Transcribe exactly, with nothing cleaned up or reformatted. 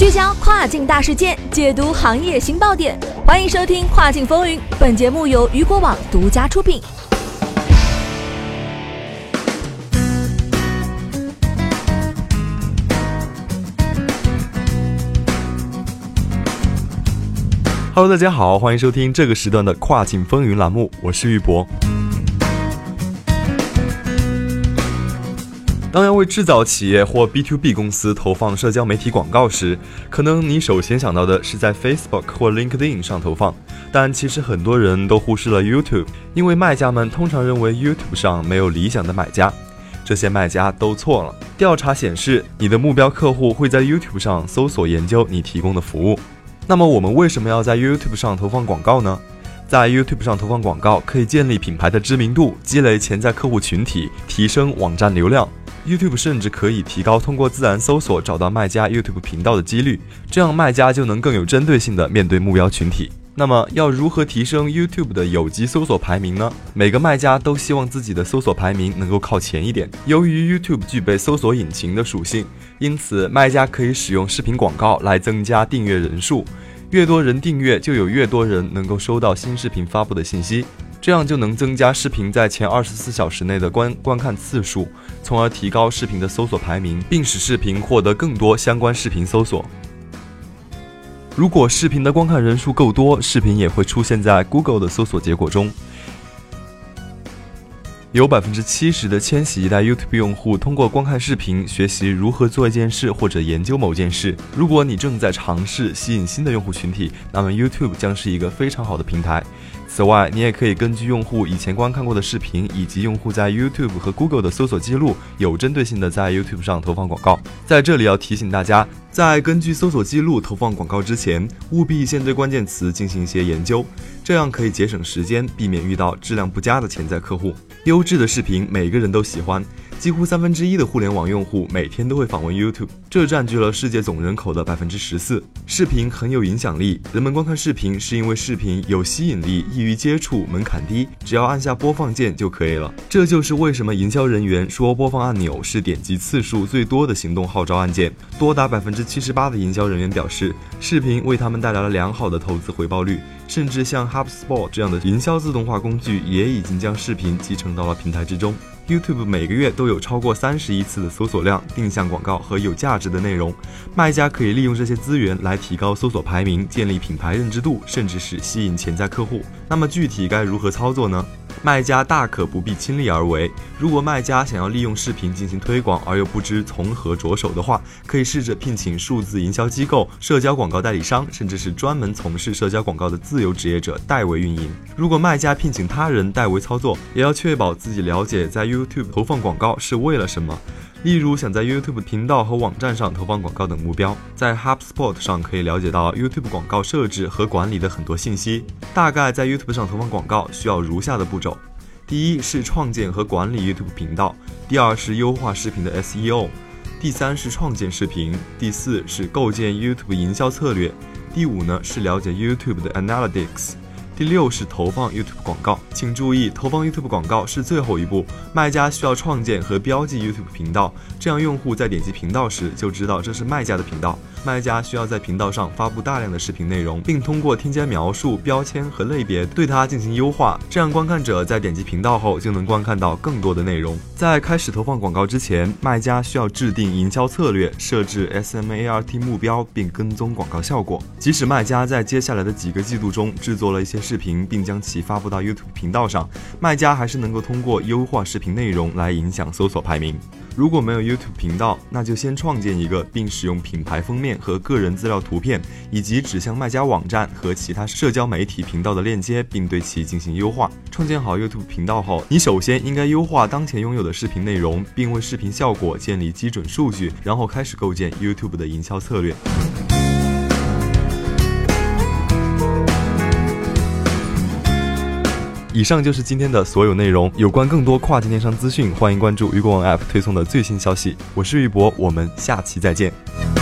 聚焦跨境大事件，解读行业新爆点，欢迎收听《跨境风云》。本节目由雨果网独家出品。 Hello， 大家好，欢迎收听这个时段的《跨境风云》栏目，我是玉博。当要为制造企业或 B to B 公司投放社交媒体广告时，可能你首先想到的是在 Facebook 或 LinkedIn 上投放，但其实很多人都忽视了 YouTube， 因为卖家们通常认为 YouTube 上没有理想的买家。这些卖家都错了。调查显示，你的目标客户会在 YouTube 上搜索研究你提供的服务。那么我们为什么要在 YouTube 上投放广告呢？在 YouTube 上投放广告可以建立品牌的知名度，积累潜在客户群体，提升网站流量。YouTube 甚至可以提高通过自然搜索找到卖家 YouTube 频道的几率，这样卖家就能更有针对性地面对目标群体。那么要如何提升 YouTube 的有机搜索排名呢？每个卖家都希望自己的搜索排名能够靠前一点。由于 YouTube 具备搜索引擎的属性，因此卖家可以使用视频广告来增加订阅人数，越多人订阅，就有越多人能够收到新视频发布的信息，这样就能增加视频在前二十四小时内的观观看次数，从而提高视频的搜索排名，并使视频获得更多相关视频搜索。如果视频的观看人数够多，视频也会出现在 Google 的搜索结果中。有 百分之七十 的千禧一代 YouTube 用户通过观看视频学习如何做一件事或者研究某件事。如果你正在尝试吸引新的用户群体，那么 YouTube 将是一个非常好的平台。此外，你也可以根据用户以前观看过的视频以及用户在 YouTube 和 Google 的搜索记录，有针对性的在 YouTube 上投放广告。在这里要提醒大家，在根据搜索记录投放广告之前，务必先对关键词进行一些研究，这样可以节省时间，避免遇到质量不佳的潜在客户。优质的视频每个人都喜欢，几乎三分之一的互联网用户每天都会访问 YouTube， 这占据了世界总人口的 百分之十四。 视频很有影响力，人们观看视频是因为视频有吸引力，易于接触，门槛低，只要按下播放键就可以了。这就是为什么营销人员说播放按钮是点击次数最多的行动号召按键。多达 百分之七十八 的营销人员表示，视频为他们带来了良好的投资回报率，甚至像 HubSpot 这样的营销自动化工具也已经将视频集成到了平台之中。YouTube 每个月都有超过三十亿次的搜索量、定向广告和有价值的内容，卖家可以利用这些资源来提高搜索排名，建立品牌认知度，甚至是吸引潜在客户。那么具体该如何操作呢？卖家大可不必亲力而为。如果卖家想要利用视频进行推广而又不知从何着手的话，可以试着聘请数字营销机构、社交广告代理商，甚至是专门从事社交广告的自由职业者代为运营。如果卖家聘请他人代为操作，也要确保自己了解在 YouTube 投放广告是为了什么，例如想在 YouTube 频道和网站上投放广告等目标。在 HubSpot 上可以了解到 YouTube 广告设置和管理的很多信息。大概在 YouTube 上投放广告需要如下的步骤：第一是创建和管理 YouTube 频道，第二是优化视频的 S E O， 第三是创建视频，第四是构建 YouTube 营销策略，第五呢是了解 YouTube 的 Analytics，第六是投放 YouTube 广告。请注意，投放 YouTube 广告是最后一步，卖家需要创建和标记 YouTube 频道，这样用户在点击频道时就知道这是卖家的频道。卖家需要在频道上发布大量的视频内容，并通过添加描述、标签和类别对它进行优化，这样观看者在点击频道后就能观看到更多的内容。在开始投放广告之前，卖家需要制定营销策略，设置 S M A R T 目标，并跟踪广告效果。即使卖家在接下来的几个季度中制作了一些视频，并将其发布到 YouTube 频道上，卖家还是能够通过优化视频内容来影响搜索排名。如果没有 YouTube 频道，那就先创建一个，并使用品牌封面和个人资料图片，以及指向卖家网站和其他社交媒体频道的链接，并对其进行优化。创建好 YouTube 频道后，你首先应该优化当前拥有的视频内容，并为视频效果建立基准数据，然后开始构建 YouTube 的营销策略。以上就是今天的所有内容。有关更多跨境电商资讯，欢迎关注雨果网 App 推送的最新消息。我是玉博，我们下期再见。